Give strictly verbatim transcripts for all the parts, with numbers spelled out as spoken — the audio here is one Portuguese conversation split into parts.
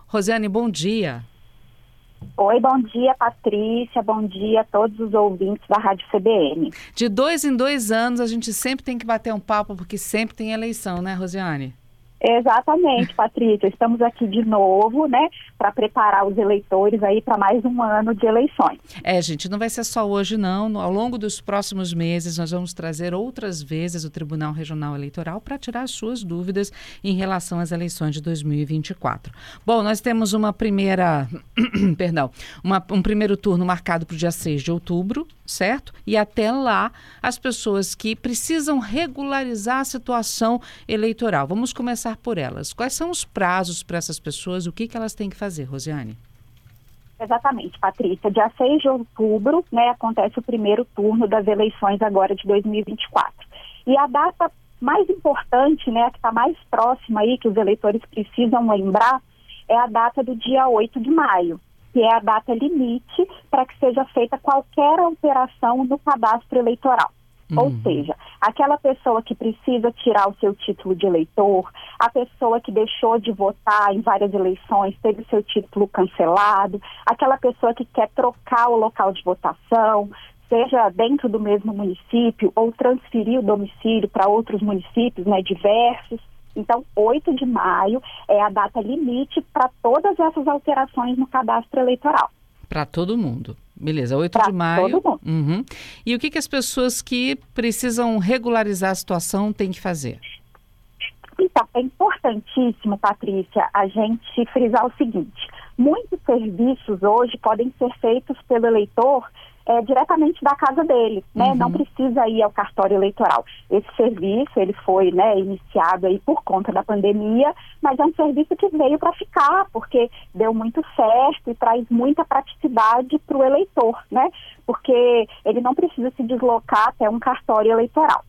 Rosiane, bom dia. Oi, bom dia, Patrícia, bom dia a todos os ouvintes da Rádio C B N. De dois em dois anos a gente sempre tem que bater um papo, porque sempre tem eleição, né, Rosiane? Exatamente, Patrícia. Estamos aqui de novo, né, para preparar os eleitores aí para mais um ano de eleições. É, gente, não vai ser só hoje, não. Ao longo dos próximos meses, nós vamos trazer outras vezes o Tribunal Regional Eleitoral para tirar as suas dúvidas em relação às eleições de dois mil e vinte e quatro. Bom, nós temos uma primeira, perdão, uma, um primeiro turno marcado para o dia seis de outubro, certo? E até lá, as pessoas que precisam regularizar a situação eleitoral. Vamos começar por elas. Quais são os prazos para essas pessoas? O que, que elas têm que fazer, Rosiane? Exatamente, Patrícia. Dia seis de outubro, né, acontece o primeiro turno das eleições agora de dois mil e vinte e quatro. E a data mais importante, né, que está mais próxima aí, que os eleitores precisam lembrar, é a data do dia oito de maio, que é a data limite para que seja feita qualquer alteração no cadastro eleitoral. Ou Uhum. seja, aquela pessoa que precisa tirar o seu título de eleitor, a pessoa que deixou de votar em várias eleições, teve o seu título cancelado, aquela pessoa que quer trocar o local de votação, seja dentro do mesmo município ou transferir o domicílio para outros municípios, né, diversos. Então, oito de maio é a data limite para todas essas alterações no cadastro eleitoral. Para todo mundo. Beleza, oito Pra de maio. todo mundo. Uhum. E o que, que as pessoas que precisam regularizar a situação têm que fazer? Então, é importantíssimo, Patrícia, a gente frisar o seguinte: muitos serviços hoje podem ser feitos pelo eleitor é, diretamente da casa dele, né? Uhum. Não precisa ir ao cartório eleitoral. Esse serviço, ele foi, né, iniciado aí por conta da pandemia, mas é um serviço que veio para ficar, porque deu muito certo e traz muita praticidade para o eleitor, né? Porque ele não precisa se deslocar até um cartório eleitoral.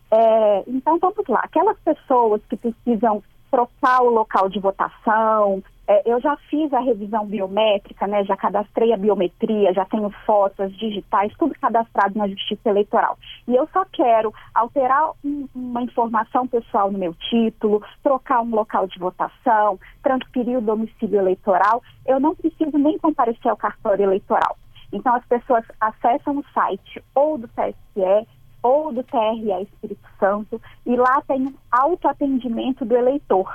É, então, vamos lá. Aquelas pessoas que precisam trocar o local de votação, é, eu já fiz a revisão biométrica, né? Já cadastrei a biometria, já tenho fotos digitais, tudo cadastrado na Justiça Eleitoral. E eu só quero alterar um, uma informação pessoal no meu título, trocar um local de votação, transferir o domicílio eleitoral. Eu não preciso nem comparecer ao cartório eleitoral. Então, as pessoas acessam o site ou do T S E ou do T R E Espírito Santo, e lá tem um autoatendimento do eleitor.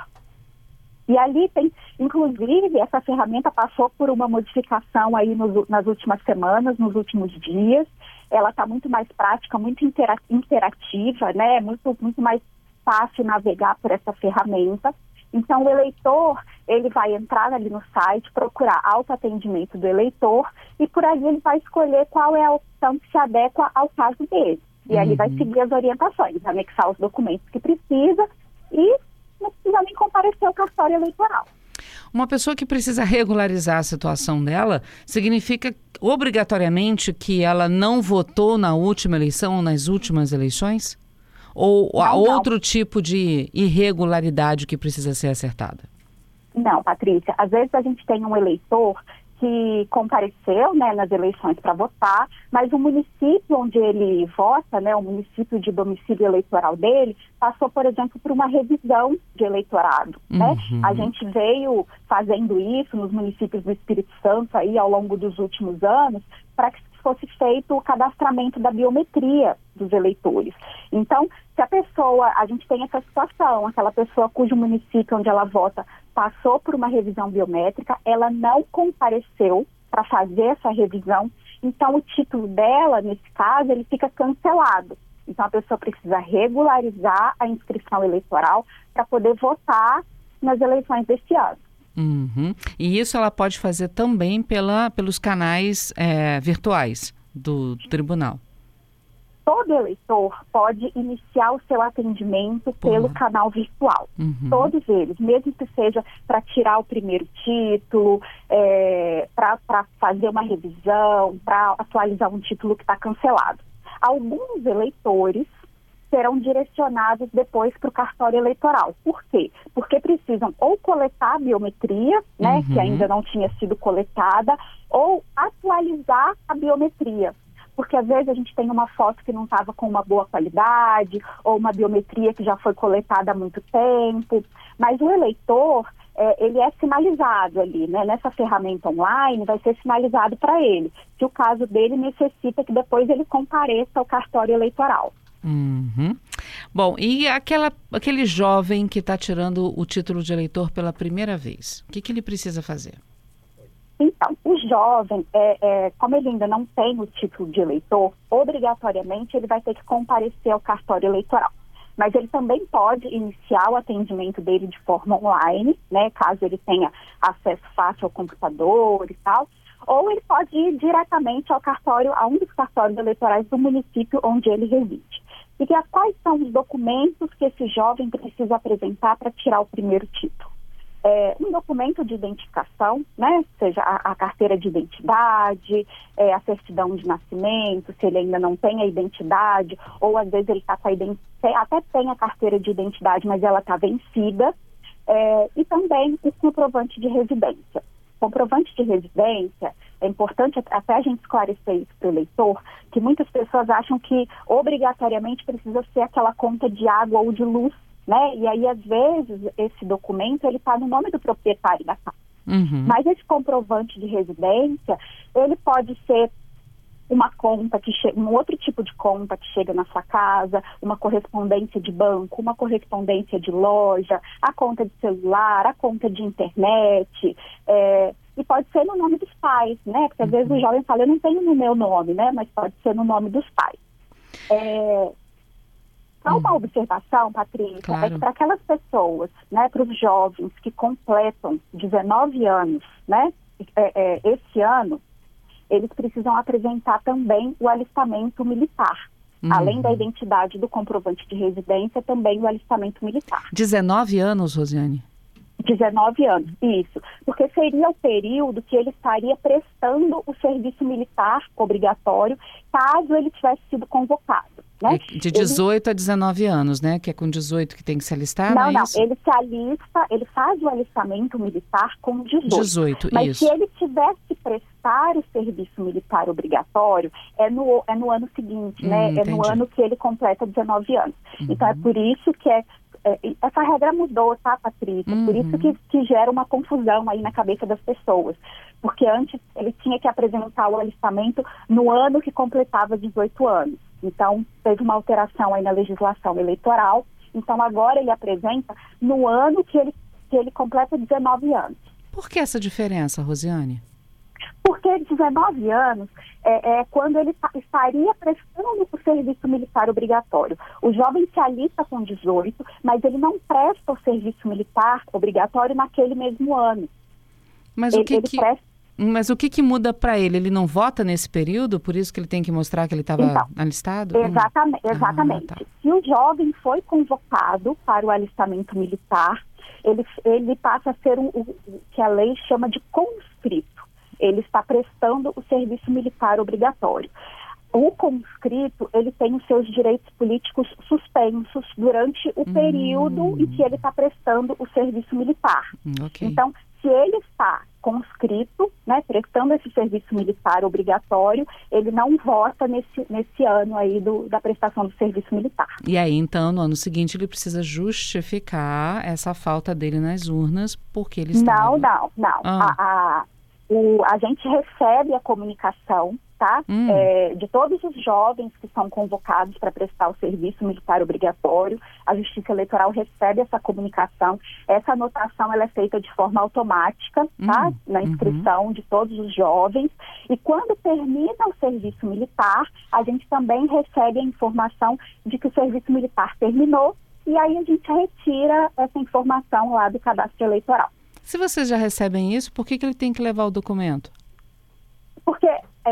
E ali tem, inclusive, essa ferramenta passou por uma modificação aí nos, nas últimas semanas, nos últimos dias. Ela está muito mais prática, muito intera- interativa, né? Muito, muito mais fácil navegar por essa ferramenta. Então, o eleitor, ele vai entrar ali no site, procurar autoatendimento do eleitor, e por ali ele vai escolher qual é a opção que se adequa ao caso dele. E ali Uhum. vai seguir as orientações, anexar os documentos que precisa e não precisa nem comparecer ao cartório eleitoral. Uma pessoa que precisa regularizar a situação dela, significa obrigatoriamente que ela não votou na última eleição ou nas últimas eleições? Ou há Não, outro não. tipo de irregularidade que precisa ser acertada? Não, Patrícia, às vezes a gente tem um eleitor que compareceu, né, nas eleições para votar, mas o município onde ele vota, né, o município de domicílio eleitoral dele, passou, por exemplo, por uma revisão de eleitorado, né? Uhum. A gente veio fazendo isso nos municípios do Espírito Santo aí ao longo dos últimos anos, para que fosse feito o cadastramento da biometria dos eleitores. Então, se a pessoa, a gente tem essa situação, aquela pessoa cujo município onde ela vota passou por uma revisão biométrica, ela não compareceu para fazer essa revisão, então o título dela, nesse caso, ele fica cancelado. Então, a pessoa precisa regularizar a inscrição eleitoral para poder votar nas eleições deste ano. Uhum. E isso ela pode fazer também pela, pelos canais é, virtuais do tribunal? Todo eleitor pode iniciar o seu atendimento pelo Uhum. canal virtual. Uhum. Todos eles, mesmo que seja para tirar o primeiro título, é, para fazer uma revisão, para atualizar um título que está cancelado. Alguns eleitores serão direcionados depois para o cartório eleitoral. Por quê? Porque precisam ou coletar a biometria, né, Uhum. que ainda não tinha sido coletada, ou atualizar a biometria. Porque às vezes a gente tem uma foto que não estava com uma boa qualidade, ou uma biometria que já foi coletada há muito tempo. Mas o eleitor, é, ele é sinalizado ali, né? Nessa ferramenta online vai ser sinalizado para ele, que o caso dele necessita que depois ele compareça ao cartório eleitoral. Uhum. Bom, e aquela, aquele jovem que está tirando o título de eleitor pela primeira vez, o que, que ele precisa fazer? Então, o jovem, é, é, como ele ainda não tem o título de eleitor, obrigatoriamente ele vai ter que comparecer ao cartório eleitoral. Mas ele também pode iniciar o atendimento dele de forma online, né, caso ele tenha acesso fácil ao computador e tal, ou ele pode ir diretamente ao cartório, a um dos cartórios eleitorais do município onde ele reside. E que, quais são os documentos que esse jovem precisa apresentar para tirar o primeiro título? É, um documento de identificação, né, seja a, a carteira de identidade, é, a certidão de nascimento, se ele ainda não tem a identidade, ou às vezes ele está com a identidade, até tem a carteira de identidade, mas ela está vencida, é, e também o comprovante de residência. Comprovante de residência, é importante até a gente esclarecer isso para o eleitor, que muitas pessoas acham que obrigatoriamente precisa ser aquela conta de água ou de luz, né? E aí, às vezes, esse documento ele está no nome do proprietário da casa. Uhum. Mas esse comprovante de residência, ele pode ser uma conta que chega, um outro tipo de conta que chega na sua casa, uma correspondência de banco, uma correspondência de loja, a conta de celular, a conta de internet, é, e pode ser no nome dos pais, né? Porque às uhum. vezes o jovem fala, eu não tenho no meu nome, né? Mas pode ser no nome dos pais. É, Só uma observação, Patrícia, claro. é que para aquelas pessoas, né, para os jovens que completam dezenove anos, né, é, é, esse ano, eles precisam apresentar também o alistamento militar. Uhum. Além da identidade do comprovante de residência, também o alistamento militar. dezenove anos, Rosiane? dezenove anos, isso. Porque seria o período que ele estaria prestando o serviço militar obrigatório, caso ele tivesse sido convocado. Né? É de dezoito ele... a dezenove anos, né? Que é com dezoito que tem que se alistar, não, não é não, isso? Ele se alista, ele faz o alistamento militar com dezoito. dezoito, mas isso. se ele tivesse que prestar o serviço militar obrigatório, é no, é no ano seguinte, hum, né? É entendi. no ano que ele completa dezenove anos. Uhum. Então é por isso que é, é essa regra mudou, tá, Patrícia? Uhum. Por isso que, que gera uma confusão aí na cabeça das pessoas. Porque antes ele tinha que apresentar o alistamento no ano que completava dezoito anos. Então, teve uma alteração aí na legislação eleitoral. Então, agora ele apresenta no ano que ele, que ele completa dezenove anos. Por que essa diferença, Rosiane? Porque dezenove anos é, é quando ele estaria prestando o serviço militar obrigatório. O jovem se alista com dezoito, mas ele não presta o serviço militar obrigatório naquele mesmo ano. Mas ele, o que ele que... presta... Mas o que, que muda para ele? Ele não vota nesse período? Por isso que ele tem que mostrar que ele estava então, alistado? Exatamente. exatamente. Ah, tá. Se o jovem foi convocado para o alistamento militar, ele, ele passa a ser o, o que a lei chama de conscrito. Ele está prestando o serviço militar obrigatório. O conscrito, ele tem os seus direitos políticos suspensos durante o período hum. em que ele está prestando o serviço militar. Okay. Então, se ele está conscrito, né, prestando esse serviço militar obrigatório, ele não vota nesse, nesse ano aí do, da prestação do serviço militar. E aí, então, no ano seguinte, ele precisa justificar essa falta dele nas urnas, porque ele está... Não, não, não. Ah. A, a, o, a gente recebe a comunicação, tá? Hum. É, de todos os jovens que são convocados para prestar o serviço militar obrigatório, a Justiça Eleitoral recebe essa comunicação. Essa anotação ela é feita de forma automática, tá? Hum. Na inscrição uhum. de todos os jovens. E quando termina o serviço militar, a gente também recebe a informação de que o serviço militar terminou, e aí a gente retira essa informação lá do cadastro eleitoral. Se vocês já recebem isso, por que, que ele tem que levar o documento? Porque,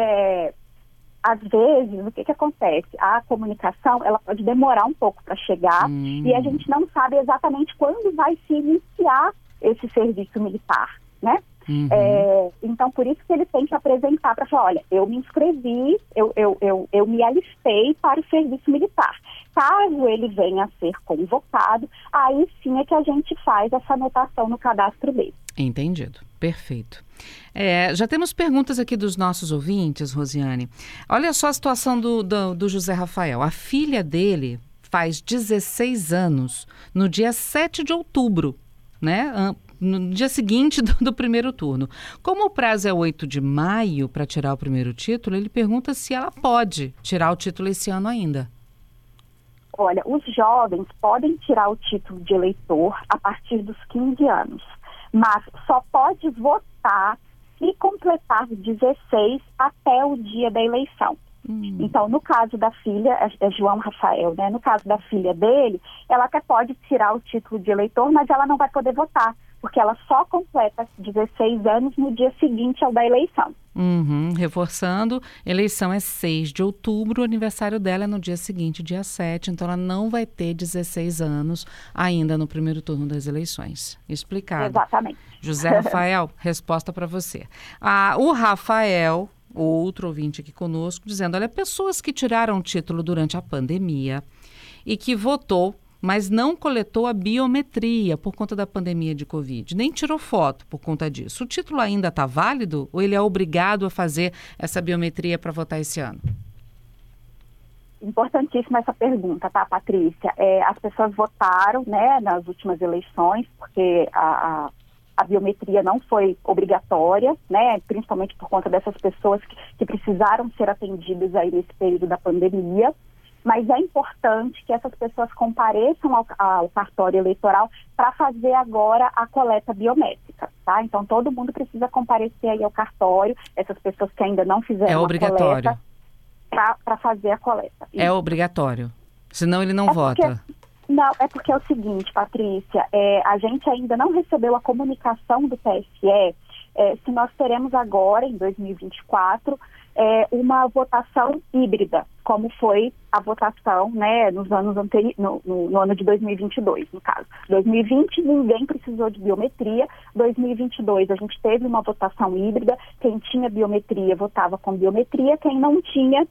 é, às vezes, o que, que acontece? A comunicação, ela pode demorar um pouco para chegar hum. e a gente não sabe exatamente quando vai se iniciar esse serviço militar, né? Uhum. É, então, por isso que ele tem que apresentar para falar, olha, eu me inscrevi, eu, eu, eu, eu me alistei para o serviço militar. Caso ele venha a ser convocado, aí sim é que a gente faz essa anotação no cadastro dele. Entendido. Perfeito. É, já temos perguntas aqui dos nossos ouvintes, Rosiane. Olha só a situação do, do, do José Rafael. A filha dele faz dezesseis anos no dia sete de outubro, né? no dia seguinte do, do primeiro turno. Como o prazo é oito de maio para tirar o primeiro título, ele pergunta se ela pode tirar o título esse ano ainda. Olha, os jovens podem tirar o título de eleitor a partir dos quinze anos, mas só pode votar se completar dezesseis até o dia da eleição. Hum. Então, no caso da filha, é João Rafael, né? No caso da filha dele, ela até pode tirar o título de eleitor, mas ela não vai poder votar, porque ela só completa dezesseis anos no dia seguinte ao da eleição. Uhum. Reforçando, eleição é seis de outubro, o aniversário dela é no dia seguinte, dia sete, então ela não vai ter dezesseis anos ainda no primeiro turno das eleições. Explicado. Exatamente. José Rafael, resposta para você. Ah, o Rafael, outro ouvinte aqui conosco, dizendo, olha, pessoas que tiraram o título durante a pandemia e que votou, mas não coletou a biometria por conta da pandemia de Covid, nem tirou foto por conta disso. O título ainda está válido ou ele é obrigado a fazer essa biometria para votar esse ano? Importantíssima essa pergunta, tá, Patrícia? É, as pessoas votaram, né, nas últimas eleições, porque a, a, a biometria não foi obrigatória, né, principalmente por conta dessas pessoas que, que precisaram ser atendidas aí nesse período da pandemia. Mas é importante que essas pessoas compareçam ao, ao cartório eleitoral para fazer agora a coleta biométrica, tá? Então, todo mundo precisa comparecer aí ao cartório, essas pessoas que ainda não fizeram é obrigatório. a coleta, para fazer a coleta. É Isso. obrigatório, senão ele não é vota. Porque, não, é porque é o seguinte, Patrícia, é, a gente ainda não recebeu a comunicação do T S E é, se nós teremos agora, em dois mil e vinte e quatro, É, uma votação híbrida, como foi a votação, né, nos anos anteri- no, no, no ano de dois mil e vinte e dois, no caso. dois mil e vinte, ninguém precisou de biometria. dois mil e vinte e dois, a gente teve uma votação híbrida. Quem tinha biometria votava com biometria, quem não tinha,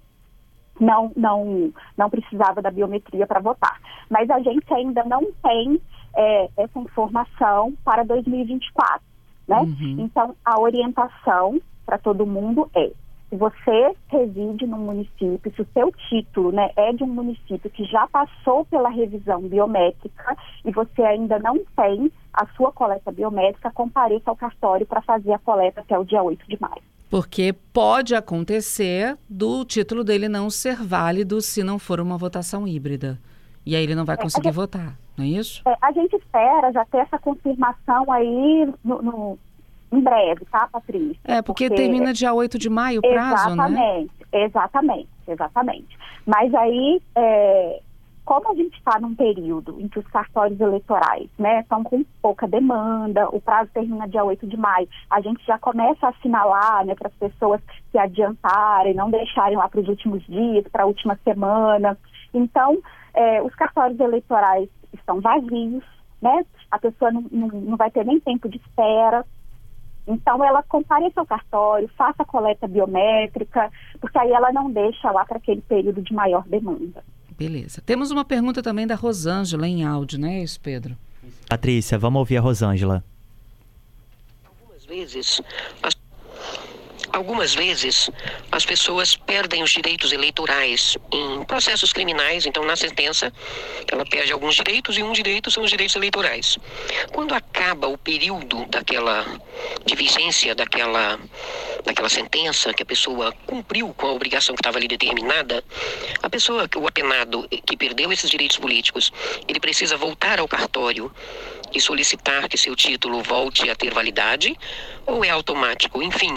não, não, não precisava da biometria para votar. Mas a gente ainda não tem é, essa informação para dois mil e vinte e quatro, né? Uhum. Então, a orientação para todo mundo é: se você reside num município, se o seu título, né, é de um município que já passou pela revisão biométrica e você ainda não tem a sua coleta biométrica, compareça ao cartório para fazer a coleta até o dia oito de maio. Porque pode acontecer do título dele não ser válido se não for uma votação híbrida. E aí ele não vai conseguir é, gente, votar, não é isso? É, a gente espera já ter essa confirmação aí no... no em breve, tá, Patrícia? É, porque, porque termina dia oito de maio o prazo, exatamente, né? Exatamente, exatamente. Mas aí, é, como a gente está num período em que os cartórios eleitorais, né, estão com pouca demanda, o prazo termina dia oito de maio, a gente já começa a assinalar, né, para as pessoas se adiantarem, não deixarem lá para os últimos dias, para a última semana. Então, é, os cartórios eleitorais estão vazios, né? A pessoa não, não, não vai ter nem tempo de espera. Então, ela compareça ao cartório, faça a coleta biométrica, porque aí ela não deixa lá para aquele período de maior demanda. Beleza. Temos uma pergunta também da Rosângela em áudio, não é isso, Pedro? Patrícia, vamos ouvir a Rosângela. Algumas vezes... As... Algumas vezes, as pessoas perdem os direitos eleitorais em processos criminais. Então, na sentença, ela perde alguns direitos e um direito são os direitos eleitorais. Quando acaba o período daquela, de vigência daquela, daquela sentença, que a pessoa cumpriu com a obrigação que estava ali determinada, a pessoa, o apenado que perdeu esses direitos políticos, ele precisa voltar ao cartório e solicitar que seu título volte a ter validade, ou é automático? Enfim.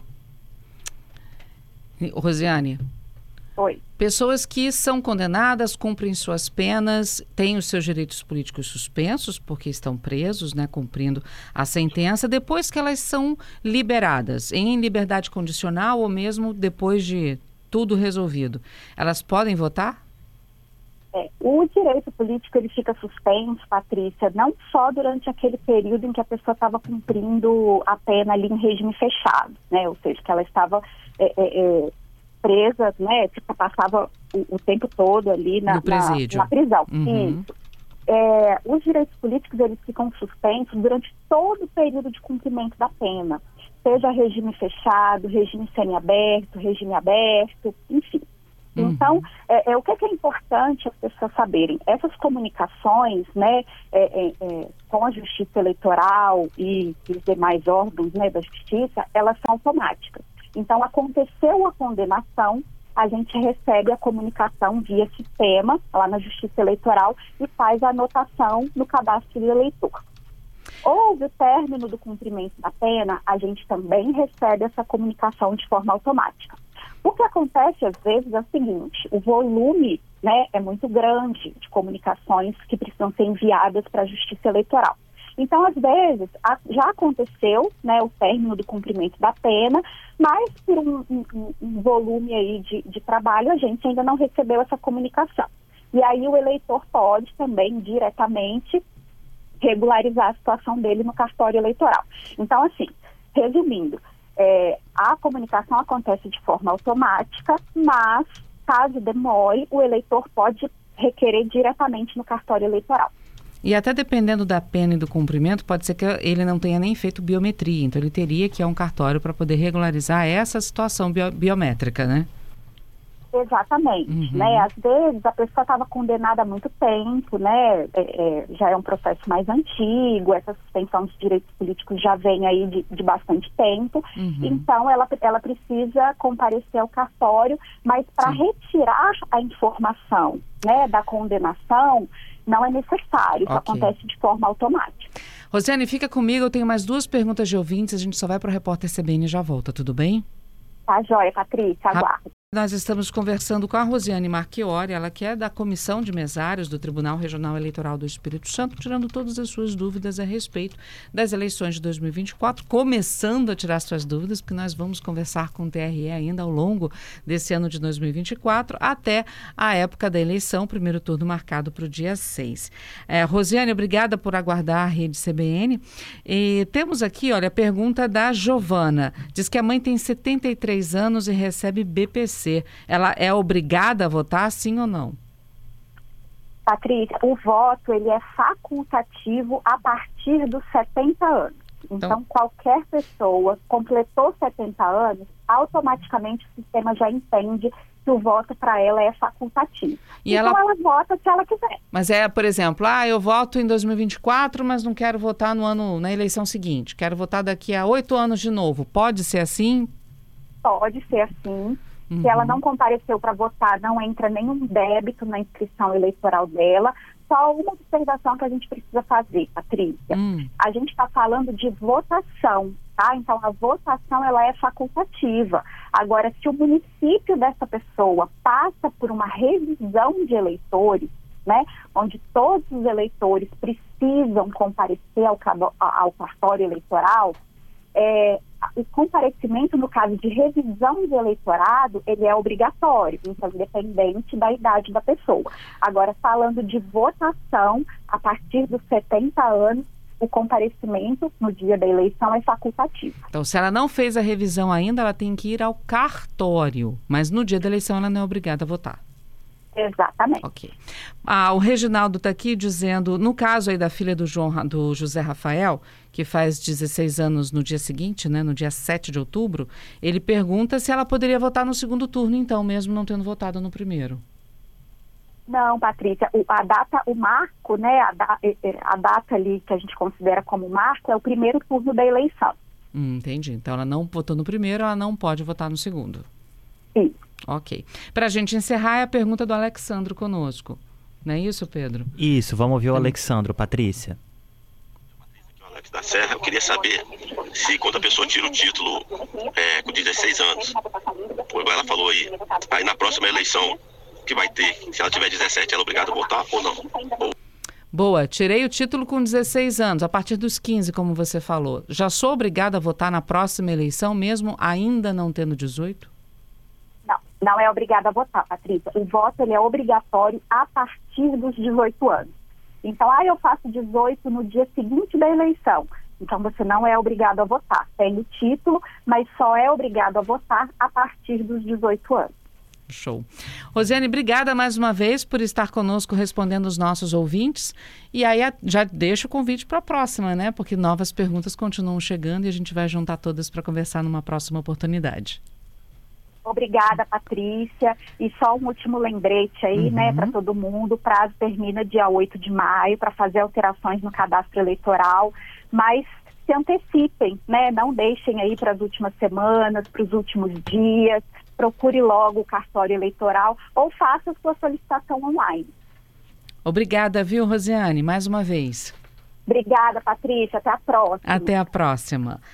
Rosiane, Oi. Pessoas que são condenadas, cumprem suas penas, têm os seus direitos políticos suspensos, porque estão presos, né, cumprindo a sentença, depois que elas são liberadas, em liberdade condicional ou mesmo depois de tudo resolvido, elas podem votar? É, o direito político ele fica suspenso, Patrícia, não só durante aquele período em que a pessoa estava cumprindo a pena ali em regime fechado, né? Ou seja, que ela estava é, é, é, presa, né? Tipo, passava o, o tempo todo ali na, no presídio. na, na prisão. Uhum. Isso. É, os direitos políticos eles ficam suspensos durante todo o período de cumprimento da pena, seja regime fechado, regime semiaberto, regime aberto, enfim. Uhum. Então, é, é, o que é, que é importante as pessoas saberem? Essas comunicações, né, é, é, é, com a Justiça Eleitoral e os demais órgãos, né, da Justiça, elas são automáticas. Então, aconteceu a condenação, a gente recebe a comunicação via sistema, lá na Justiça Eleitoral, e faz a anotação no cadastro do eleitor. Houve o término do cumprimento da pena, a gente também recebe essa comunicação de forma automática. O que acontece, às vezes, é o seguinte: o volume, né, é muito grande de comunicações que precisam ser enviadas para a Justiça Eleitoral. Então, às vezes, a, já aconteceu, né, o término do cumprimento da pena, mas por um, um, um volume aí de, de trabalho, a gente ainda não recebeu essa comunicação. E aí o eleitor pode também, diretamente, regularizar a situação dele no cartório eleitoral. Então, assim, resumindo, é, a comunicação acontece de forma automática, mas, caso demore, o eleitor pode requerer diretamente no cartório eleitoral. E até dependendo da pena e do cumprimento, pode ser que ele não tenha nem feito biometria, então ele teria que ir a um cartório para poder regularizar essa situação bio- biométrica, né? Exatamente, uhum. né? Às vezes a pessoa estava condenada há muito tempo, né? É, é, já é um processo mais antigo, essa suspensão dos direitos políticos já vem aí de, de bastante tempo, uhum. então ela, ela precisa comparecer ao cartório, mas para retirar a informação, né, da condenação, não é necessário, isso okay. acontece de forma automática. Rosiane, fica comigo, eu tenho mais duas perguntas de ouvintes, a gente só vai para o repórter C B N e já volta, tudo bem? Tá joia, Patrícia, aguardo. Nós estamos conversando com a Rosiane Marchiori, ela que é da Comissão de Mesários do Tribunal Regional Eleitoral do Espírito Santo, tirando todas as suas dúvidas a respeito das eleições de dois mil e vinte e quatro, começando a tirar suas dúvidas, porque nós vamos conversar com o T R E ainda ao longo desse ano de dois mil e vinte e quatro, até a época da eleição, primeiro turno marcado para o dia seis. É, Rosiane, obrigada por aguardar a Rede C B N. E temos aqui, olha, a pergunta da Giovana. Diz que a mãe tem setenta e três anos e recebe B P C. Ela é obrigada a votar, sim ou não? Patrícia, o voto ele é facultativo a partir dos setenta anos. Então, então, qualquer pessoa completou setenta anos, automaticamente o sistema já entende que o voto para ela é facultativo. E então, ela... ela vota se ela quiser. Mas é, por exemplo, ah, eu voto em dois mil e vinte e quatro, mas não quero votar no ano, na eleição seguinte. Quero votar daqui a oito anos de novo. Pode ser assim? Pode ser assim. Se ela não compareceu para votar, não entra nenhum débito na inscrição eleitoral dela. Só uma observação que a gente precisa fazer, Patrícia. Hum. A gente está falando de votação, tá? Então, a votação, ela é facultativa. Agora, se o município dessa pessoa passa por uma revisão de eleitores, né, onde todos os eleitores precisam comparecer ao, ao cartório eleitoral, é, o comparecimento, no caso de revisão de eleitorado, ele é obrigatório, então independente da idade da pessoa. Agora, falando de votação, a partir dos setenta anos, o comparecimento no dia da eleição é facultativo. Então, se ela não fez a revisão ainda, ela tem que ir ao cartório, mas no dia da eleição ela não é obrigada a votar. Exatamente. Ok. Ah, o Reginaldo está aqui dizendo, no caso aí da filha do, João, do José Rafael, que faz dezesseis anos no dia seguinte, né, no dia sete de outubro, ele pergunta se ela poderia votar no segundo turno, então, mesmo não tendo votado no primeiro. Não, Patrícia, o, a data, o marco, né, a, da, a data ali que a gente considera como marco é o primeiro turno da eleição. Hum, entendi. Então, ela não votou no primeiro, ela não pode votar no segundo. Sim. Ok. Para a gente encerrar, é a pergunta do Alexandro conosco. Não é isso, Pedro? Isso, vamos ouvir o Alexandro. Patrícia. Aqui é o Alex da Serra. Eu queria saber se quando a pessoa tira o título é, com dezesseis anos, como ela falou aí, aí na próxima eleição que vai ter, se ela tiver dezessete, ela é obrigada a votar ou não? Ou... Boa, tirei o título com dezesseis anos, a partir dos quinze, como você falou. Já sou obrigada a votar na próxima eleição, mesmo ainda não tendo dezoito? Não é obrigada a votar, Patrícia. O voto ele é obrigatório a partir dos dezoito anos. Então, ah, eu faço dezoito no dia seguinte da eleição. Então, você não é obrigado a votar. Tem o título, mas só é obrigado a votar a partir dos dezoito anos. Show. Rosiane, obrigada mais uma vez por estar conosco respondendo os nossos ouvintes. E aí já deixo o convite para a próxima, né? Porque novas perguntas continuam chegando e a gente vai juntar todas para conversar numa próxima oportunidade. Obrigada, Patrícia. E só um último lembrete aí, uhum. né, para todo mundo. O prazo termina dia oito de maio para fazer alterações no cadastro eleitoral, mas se antecipem, né? Não deixem aí para as últimas semanas, para os últimos dias. Procure logo o cartório eleitoral ou faça a sua solicitação online. Obrigada, viu, Rosiane, mais uma vez. Obrigada, Patrícia. Até a próxima. Até a próxima.